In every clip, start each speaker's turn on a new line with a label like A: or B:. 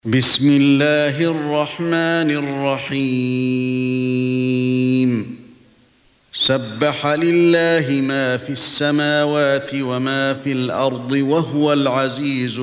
A: بسم الله الرحمن الرحيم سبح لله ما في السماوات وما في الأرض وهو العزيز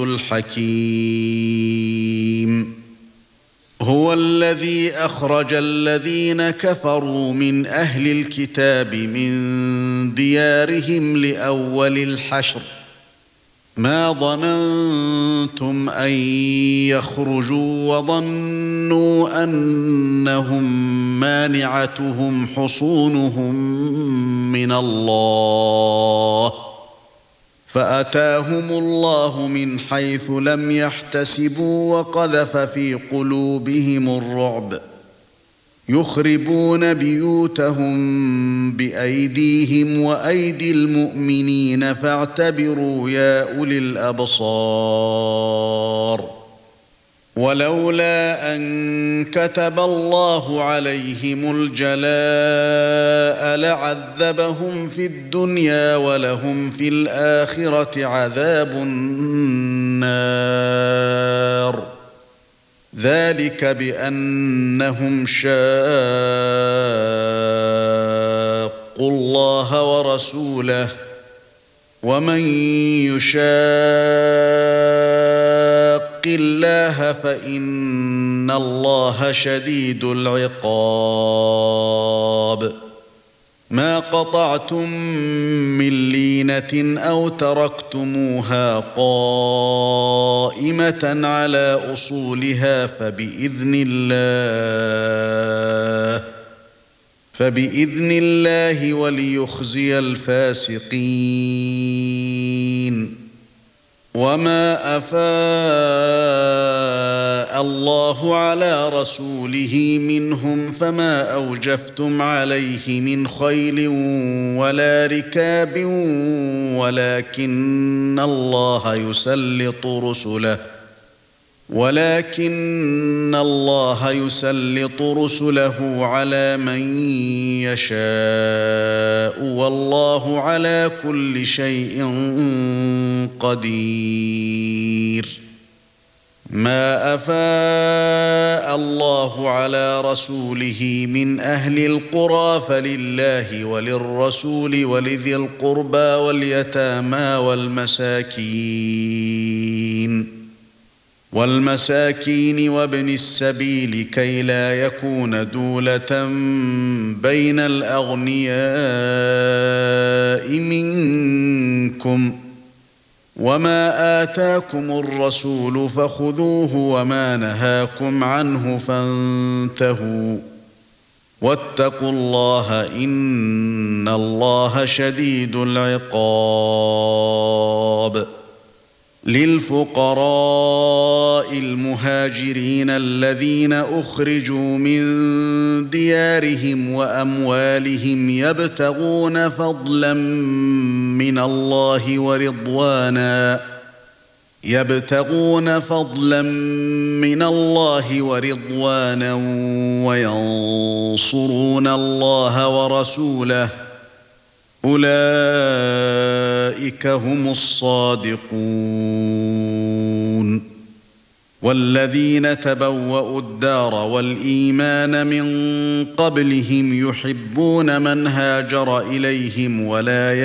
A: الحكيم هو الذي أخرج الذين كفروا من أهل الكتاب من ديارهم لأول الحشر ما ظننتم أن يخرجوا وظنوا أنهم مانعتهم حصونهم من الله فأتاهم الله من حيث لم يحتسبوا وقذف في قلوبهم الرعب يخربون بيوتهم بأيديهم وأيدي المؤمنين فاعتبروا يا أولي الأبصار ولولا أن كتب الله عليهم الجلاء لعذبهم في الدنيا ولهم في الآخرة عذاب النار ذلك بأنهم شاقوا الله ورسوله ومن يشاق الله فإن الله شديد العقاب ما قطعتم من لينة أو تركتموها قائمة على أصولها فبإذن الله وليخزي الفاسقين وما أفاء الله على رسوله منهم فما أوجفتم عليه من خيل ولا ركاب ولكن الله يسلط رسله على من يشاء والله على كل شيء قدير ما أفاء الله على رسوله من أهل القرى فلله وللرسول ولذي القربى واليتامى والمساكين وابن السبيل كي لا يكون دولة بين الأغنياء منكم وما آتاكم الرسول فخذوه وما نهاكم عنه فانتهوا واتقوا الله إن الله شديد العقاب للفقراء المهاجرين الذين أخرجوا من ديارهم وأموالهم يبتغون فضلا من الله ورضوانا وينصرون الله ورسوله أولئك هم الصادقون والذين تبوأوا الدار والإيمان من قبلهم يحبون من هاجر إليهم ولا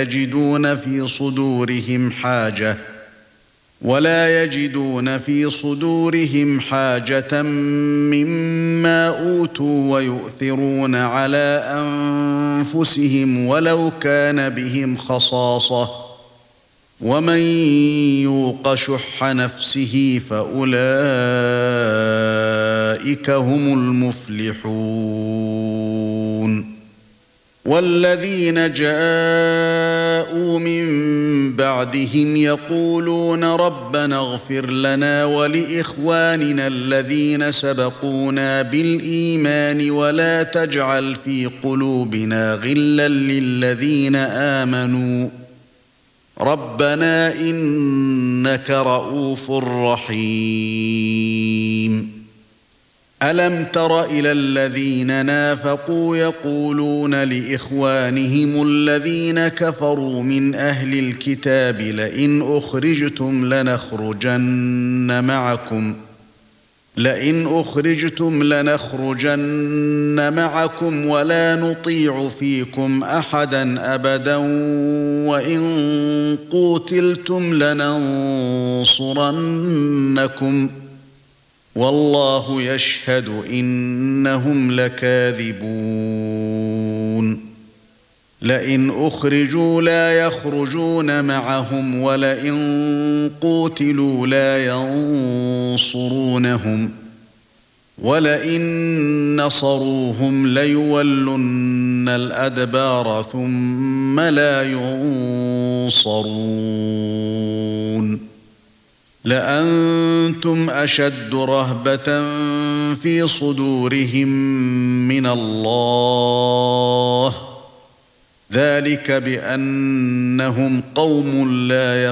A: يجدون في صدورهم حاجة مما أوتوا ويؤثرون على أنفسهم ولو كان بهم خصاصة ومن يوق شح نفسه فأولئك هم المفلحون والذين جاءوا من بعدهم يقولون ربنا اغفر لنا ولإخواننا الذين سبقونا بالإيمان ولا تجعل في قلوبنا غلا للذين آمنوا ربنا إنك رؤوف رحيم ألم تر إلى الذين نافقوا يقولون لإخوانهم الذين كفروا من أهل الكتاب لئن أخرجتم لنخرجن معكم لئن أخرجتم لنخرجن معكم ولا نطيع فيكم أحدا أبدا وإن قوتلتم لننصرنكم والله يشهد إنهم لكاذبون لئن أخرجوا لا يخرجون معهم ولئن قوتلوا لا ينصرونهم ولئن نصروهم ليولن الأدبار ثم لا ينصرون لأنتم أشد رهبة في صدورهم من الله ذلك بأنهم قوم لا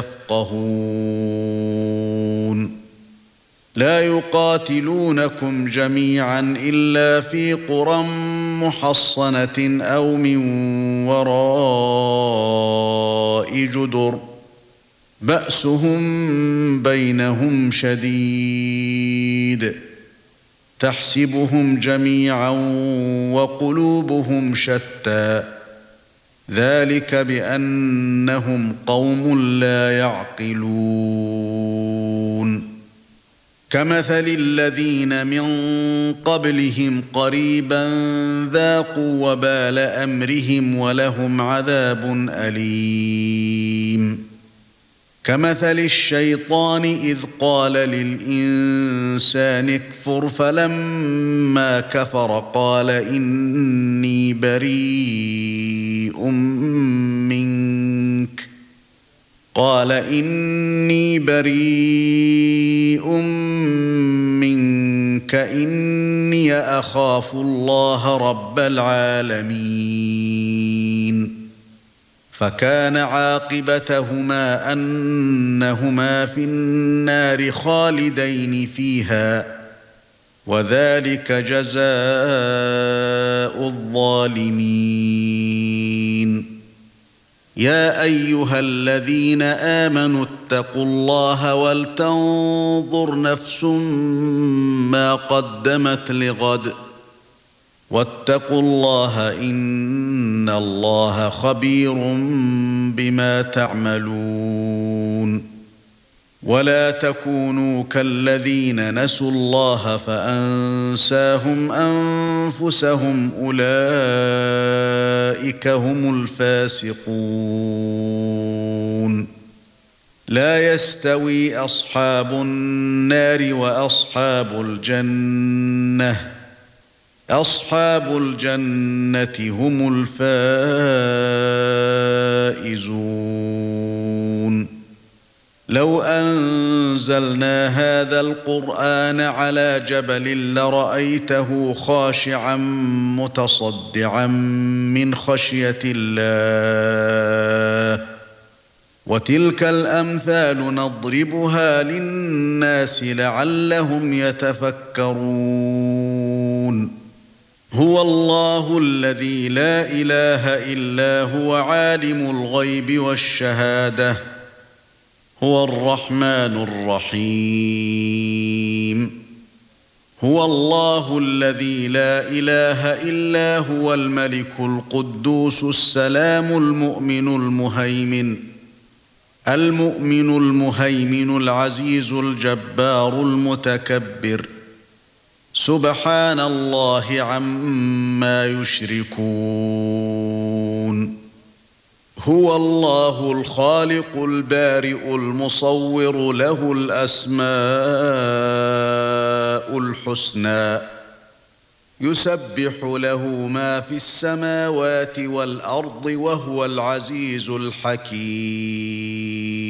A: يفقهون لا يقاتلونكم جميعا إلا في قرى محصنة أو من وراء جدر بأسهم بينهم شديد تحسبهم جميعا وقلوبهم شتى ذلك بأنهم قوم لا يعقلون كمثل الذين من قبلهم قريبا ذاقوا وبال أمرهم ولهم عذاب أليم كمثل الشيطان إذ قال للإنسان اكفر فلما كفر قال إني بريء منك إني أخاف الله رب العالمين فكان عاقبتهما أنهما في النار خالدين فيها وذلك جزاء الظالمين يا أيها الذين آمنوا اتقوا الله ولتنظر نفس ما قدمت لغد واتقوا الله إن الله خبير بما تعملون ولا تكونوا كالذين نسوا الله فأنساهم أنفسهم أولئك هم الفاسقون لا يستوي أصحاب النار وأصحاب الجنة أصحاب الجنة هم الفائزون لو أنزلنا هذا القرآن على جبل لرأيته خاشعا متصدعا من خشية الله وتلك الأمثال نضربها للناس لعلهم يتفكرون هو الله الذي لا إله إلا هو عالم الغيب والشهادة هو الرحمن الرحيم هو الله الذي لا إله إلا هو الملك القدوس السلام المؤمن المهيمن العزيز الجبار المتكبر سبحان الله عما يشركون هو الله الخالق البارئ المصور له الأسماء الحسنى يسبح له ما في السماوات والأرض وهو العزيز الحكيم